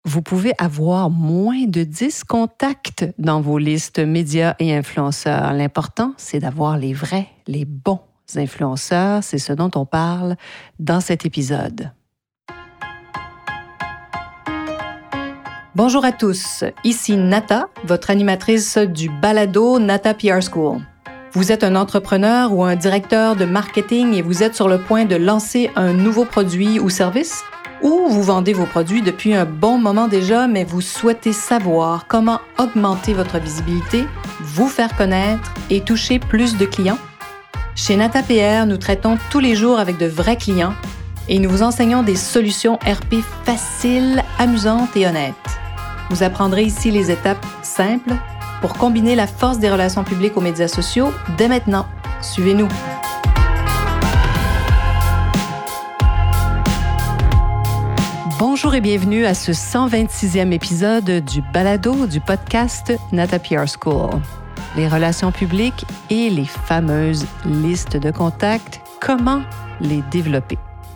vous pouvez avoir moins de 10 contacts dans vos listes médias et influenceurs. L'important, c'est d'avoir les vrais, les bons influenceurs. C'est ce dont on parle dans cet épisode. Bonjour à tous, ici Nata, votre animatrice du balado Nata PR School. Vous êtes un entrepreneur ou un directeur de marketing et vous êtes sur le point de lancer un nouveau produit ou service? Ou vous vendez vos produits depuis un bon moment déjà, mais vous souhaitez savoir comment augmenter votre visibilité, vous faire connaître et toucher plus de clients? Chez Nata PR, nous traitons tous les jours avec de vrais clients et nous vous enseignons des solutions RP faciles, amusantes et honnêtes. Vous apprendrez ici les étapes simples pour combiner la force des relations publiques aux médias sociaux dès maintenant. Suivez-nous. Bonjour et bienvenue à ce 126e épisode du balado du podcast Nata PR School. Les relations publiques et les fameuses listes de contacts, comment les développer?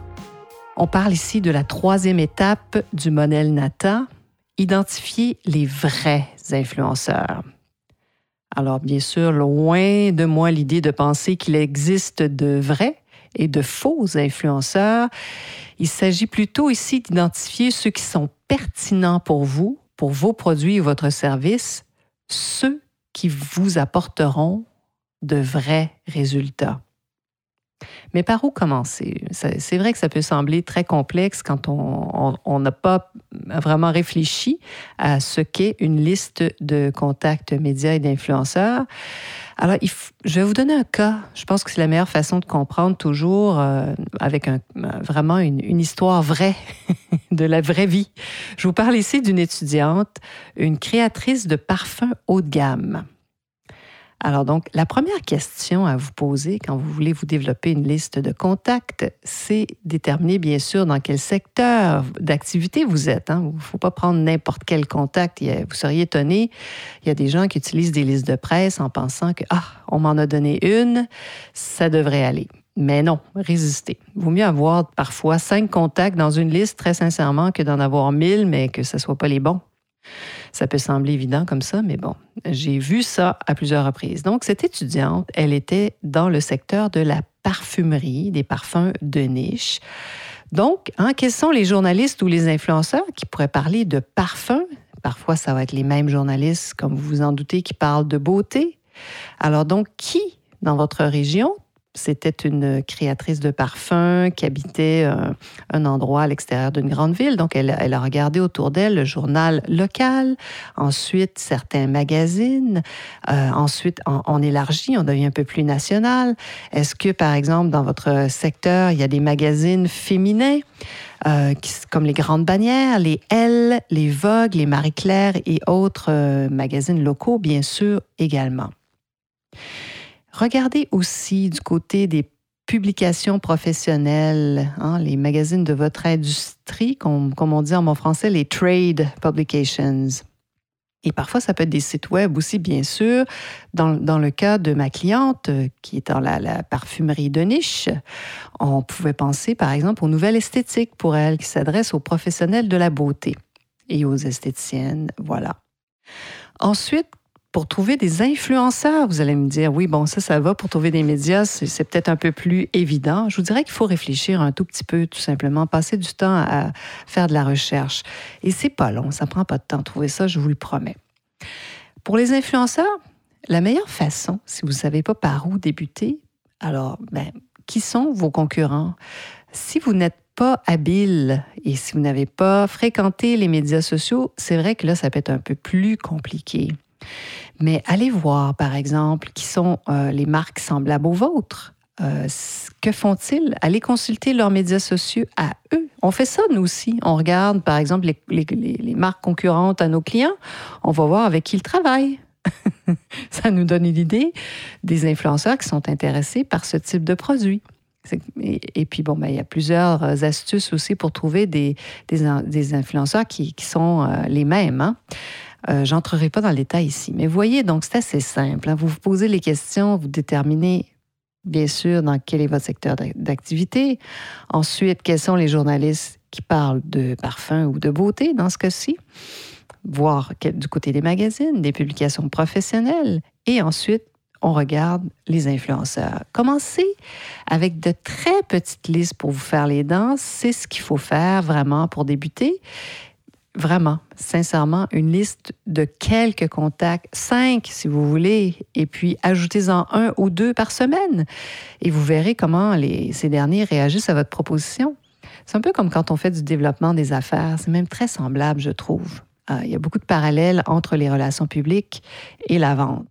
On parle ici de la 3e étape du modèle Nata, identifier les vrais influenceurs. Alors, bien sûr, loin de moi l'idée de penser qu'il existe de vrais et de faux influenceurs. Il s'agit plutôt ici d'identifier ceux qui sont pertinents pour vous, pour vos produits et votre service, ceux qui vous apporteront de vrais résultats. Mais par où commencer? C'est vrai que ça peut sembler très complexe quand on n'a pas vraiment réfléchi à ce qu'est une liste de contacts médias et d'influenceurs. Alors, je vais vous donner un cas. Je pense que c'est la meilleure façon de comprendre toujours avec vraiment une histoire vraie, de la vraie vie. Je vous parle ici d'une étudiante, une créatrice de parfums haut de gamme. Alors donc, la première question à vous poser quand vous voulez vous développer une liste de contacts, c'est déterminer bien sûr dans quel secteur d'activité vous êtes. Il ne faut pas prendre n'importe quel contact. Vous seriez étonné, il y a des gens qui utilisent des listes de presse en pensant que « on m'en a donné une, ça devrait aller ». Mais non, résistez. Il vaut mieux avoir parfois 5 contacts dans une liste, très sincèrement, que d'en avoir 1000, mais que ce ne soit pas les bons. Ça peut sembler évident comme ça, mais bon, j'ai vu ça à plusieurs reprises. Donc, cette étudiante, elle était dans le secteur de la parfumerie, des parfums de niche. Donc, quels sont les journalistes ou les influenceurs qui pourraient parler de parfums? Parfois, ça va être les mêmes journalistes, comme vous vous en doutez, qui parlent de beauté. Alors donc, qui, dans votre région, c'était une créatrice de parfums qui habitait un endroit à l'extérieur d'une grande ville. Donc, elle a regardé autour d'elle le journal local, ensuite certains magazines. Ensuite, on élargit, on devient un peu plus national. Est-ce que, par exemple, dans votre secteur, il y a des magazines féminins comme les Grandes Bannières, les Elle, les Vogue, les Marie-Claire et autres magazines locaux, bien sûr, également. Regardez aussi du côté des publications professionnelles, les magazines de votre industrie, comme on dit en bon français, les trade publications. Et parfois, ça peut être des sites web aussi, bien sûr. Dans le cas de ma cliente, qui est dans la parfumerie de niche, on pouvait penser, par exemple, aux nouvelles esthétiques pour elle, qui s'adressent aux professionnels de la beauté et aux esthéticiennes, voilà. Ensuite, pour trouver des influenceurs, vous allez me dire, oui, bon, ça va. Pour trouver des médias, c'est peut-être un peu plus évident. Je vous dirais qu'il faut réfléchir un tout petit peu, tout simplement, passer du temps à faire de la recherche. Et c'est pas long, ça prend pas de temps de trouver ça, je vous le promets. Pour les influenceurs, la meilleure façon, si vous ne savez pas par où débuter, alors, qui sont vos concurrents? Si vous n'êtes pas habile et si vous n'avez pas fréquenté les médias sociaux, c'est vrai que là, ça peut être un peu plus compliqué. Mais allez voir, par exemple, qui sont les marques semblables aux vôtres. Que font-ils? Allez consulter leurs médias sociaux à eux. On fait ça, nous aussi. On regarde, par exemple, les marques concurrentes à nos clients. On va voir avec qui ils travaillent. Ça nous donne une idée des influenceurs qui sont intéressés par ce type de produit. Et puis, bon, il y a plusieurs astuces aussi pour trouver des influenceurs qui sont les mêmes. J'entrerai pas dans le détail ici. Mais voyez, donc, c'est assez simple. Vous vous posez les questions, vous déterminez, bien sûr, dans quel est votre secteur d'activité. Ensuite, quels sont les journalistes qui parlent de parfum ou de beauté dans ce cas-ci, voir du côté des magazines, des publications professionnelles, et ensuite, on regarde les influenceurs. Commencez avec de très petites listes pour vous faire les dents. C'est ce qu'il faut faire vraiment pour débuter. Vraiment, sincèrement, une liste de quelques contacts, 5 si vous voulez, et puis ajoutez-en 1 ou 2 par semaine. Et vous verrez comment ces derniers réagissent à votre proposition. C'est un peu comme quand on fait du développement des affaires. C'est même très semblable, je trouve. Il y a beaucoup de parallèles entre les relations publiques et la vente.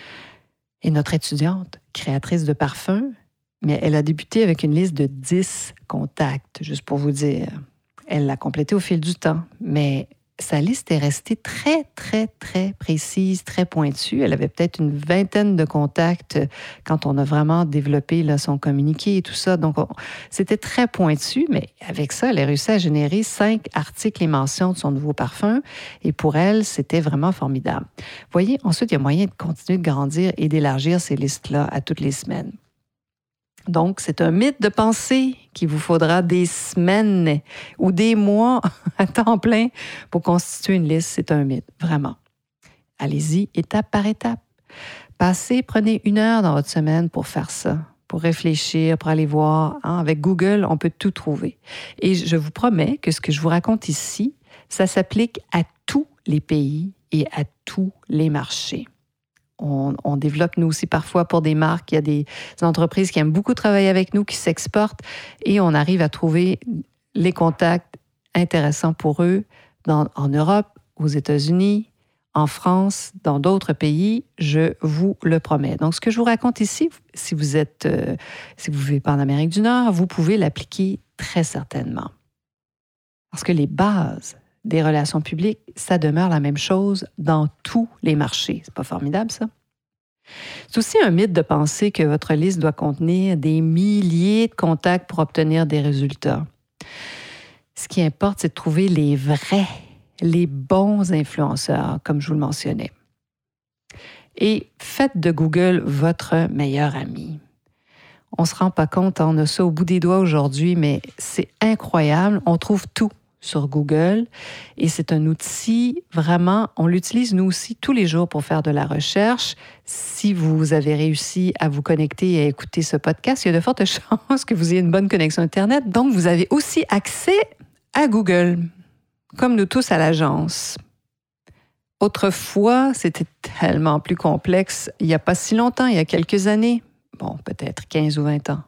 Et notre étudiante, créatrice de parfums, mais elle a débuté avec une liste de 10 contacts, juste pour vous dire. Elle l'a complétée au fil du temps, mais sa liste est restée très, très, très précise, très pointue. Elle avait peut-être une vingtaine de contacts quand on a vraiment développé là, son communiqué et tout ça. Donc, c'était très pointu, mais avec ça, elle a réussi à générer 5 articles et mentions de son nouveau parfum. Et pour elle, c'était vraiment formidable. Vous voyez, ensuite, il y a moyen de continuer de grandir et d'élargir ces listes-là à toutes les semaines. Donc, c'est un mythe de pensée qu'il vous faudra des semaines ou des mois à temps plein pour constituer une liste. C'est un mythe, vraiment. Allez-y, étape par étape. Prenez 1 heure dans votre semaine pour faire ça, pour réfléchir, pour aller voir. Avec Google, on peut tout trouver. Et je vous promets que ce que je vous raconte ici, ça s'applique à tous les pays et à tous les marchés. On développe, nous aussi, parfois pour des marques. Il y a des entreprises qui aiment beaucoup travailler avec nous, qui s'exportent, et on arrive à trouver les contacts intéressants pour eux en Europe, aux États-Unis, en France, dans d'autres pays, je vous le promets. Donc, ce que je vous raconte ici, si vous vivez pas en Amérique du Nord, vous pouvez l'appliquer très certainement. Parce que les bases des relations publiques, ça demeure la même chose dans tous les marchés. C'est pas formidable, ça? C'est aussi un mythe de penser que votre liste doit contenir des milliers de contacts pour obtenir des résultats. Ce qui importe, c'est de trouver les vrais, les bons influenceurs, comme je vous le mentionnais. Et faites de Google votre meilleur ami. On ne se rend pas compte, on a ça au bout des doigts aujourd'hui, mais c'est incroyable. On trouve tout sur Google et c'est un outil, vraiment, on l'utilise nous aussi tous les jours pour faire de la recherche. Si vous avez réussi à vous connecter et à écouter ce podcast, il y a de fortes chances que vous ayez une bonne connexion Internet. Donc, vous avez aussi accès à Google, comme nous tous à l'agence. Autrefois, c'était tellement plus complexe. Il n'y a pas si longtemps, il y a quelques années. Bon, peut-être 15 ou 20 ans.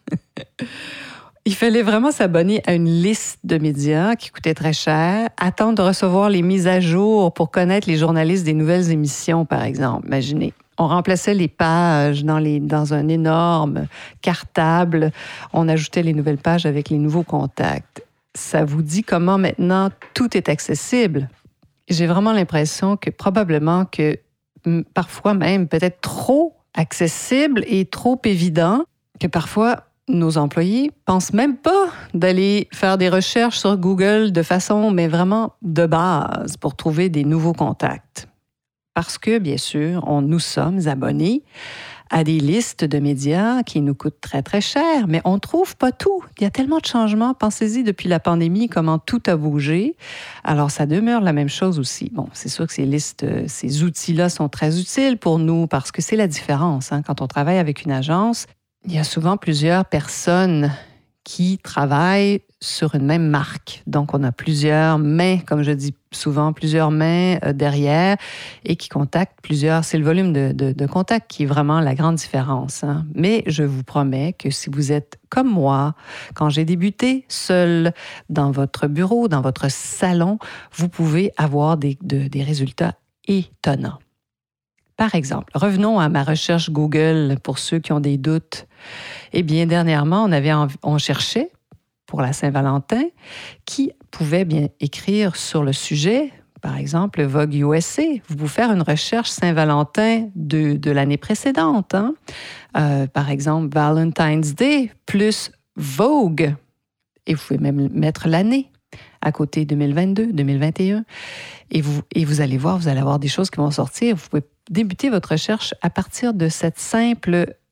Il fallait vraiment s'abonner à une liste de médias qui coûtait très cher, attendre de recevoir les mises à jour pour connaître les journalistes des nouvelles émissions, par exemple. Imaginez. On remplaçait les pages dans un énorme cartable. On ajoutait les nouvelles pages avec les nouveaux contacts. Ça vous dit comment maintenant tout est accessible. J'ai vraiment l'impression que probablement que parfois même peut-être trop accessible et trop évident que parfois nos employés pensent même pas d'aller faire des recherches sur Google de façon, mais vraiment de base pour trouver des nouveaux contacts. Parce que, bien sûr, nous sommes abonnés à des listes de médias qui nous coûtent très, très cher, mais on ne trouve pas tout. Il y a tellement de changements. Pensez-y depuis la pandémie, comment tout a bougé. Alors, ça demeure la même chose aussi. Bon, c'est sûr que ces listes, ces outils-là sont très utiles pour nous parce que c'est la différence. Quand on travaille avec une agence, il y a souvent plusieurs personnes qui travaillent sur une même marque. Donc, on a plusieurs mains, comme je dis souvent, plusieurs mains derrière et qui contactent plusieurs. C'est le volume de contacts qui est vraiment la grande différence. Mais je vous promets que si vous êtes comme moi, quand j'ai débuté seul dans votre bureau, dans votre salon, vous pouvez avoir des résultats étonnants. Par exemple, revenons à ma recherche Google pour ceux qui ont des doutes. Eh bien, dernièrement, on cherchait pour la Saint-Valentin qui pouvait bien écrire sur le sujet. Par exemple, Vogue USA. Vous pouvez faire une recherche Saint-Valentin de l'année précédente. Par exemple, Valentine's Day plus Vogue. Et vous pouvez même mettre l'année à côté 2022, 2021. Et vous allez voir, vous allez avoir des choses qui vont sortir. Vous pouvez débuter votre recherche à partir de cette simple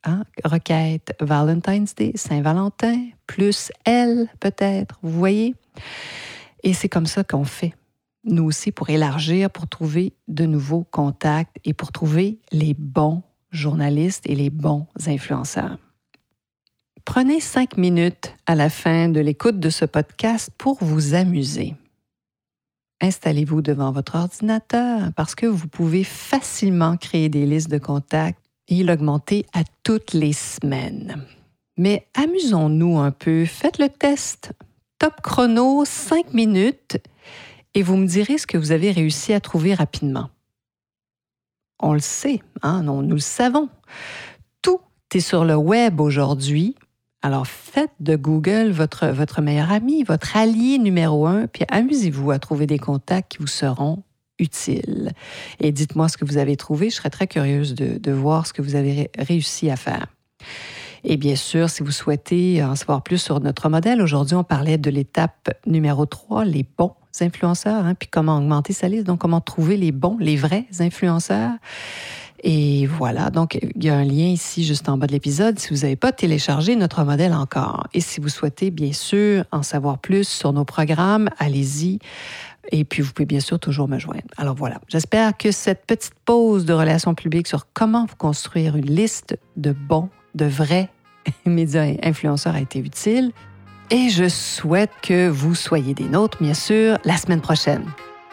Requête Valentine's Day, Saint-Valentin, plus elle peut-être, vous voyez? Et c'est comme ça qu'on fait, nous aussi, pour élargir, pour trouver de nouveaux contacts et pour trouver les bons journalistes et les bons influenceurs. Prenez 5 minutes à la fin de l'écoute de ce podcast pour vous amuser. Installez-vous devant votre ordinateur parce que vous pouvez facilement créer des listes de contacts et l'augmenter à toutes les semaines. Mais amusons-nous un peu, faites le test. Top chrono, 5 minutes, et vous me direz ce que vous avez réussi à trouver rapidement. On le sait, nous le savons. Tout est sur le web aujourd'hui. Alors, faites de Google votre meilleur ami, votre allié numéro 1, puis amusez-vous à trouver des contacts qui vous seront utiles. Et dites-moi ce que vous avez trouvé. Je serais très curieuse de voir ce que vous avez réussi à faire. Et bien sûr, si vous souhaitez en savoir plus sur notre modèle, aujourd'hui, on parlait de l'étape numéro 3, les bons influenceurs, puis comment augmenter sa liste, donc comment trouver les bons, les vrais influenceurs. Et voilà, donc il y a un lien ici juste en bas de l'épisode si vous n'avez pas téléchargé notre modèle encore. Et si vous souhaitez bien sûr en savoir plus sur nos programmes, allez-y. Et puis vous pouvez bien sûr toujours me joindre. Alors voilà, j'espère que cette petite pause de relations publiques sur comment vous construire une liste de bons, de vrais médias influenceurs a été utile. Et je souhaite que vous soyez des nôtres, bien sûr, la semaine prochaine.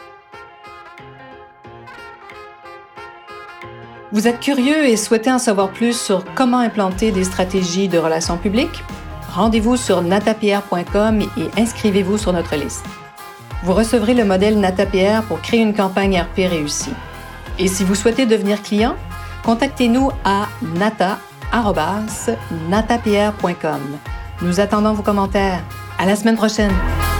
Vous êtes curieux et souhaitez en savoir plus sur comment implanter des stratégies de relations publiques? Rendez-vous sur natapierre.com et inscrivez-vous sur notre liste. Vous recevrez le modèle NataPR pour créer une campagne RP réussie. Et si vous souhaitez devenir client, contactez-nous à nata@natapierre.com. Nous attendons vos commentaires. À la semaine prochaine!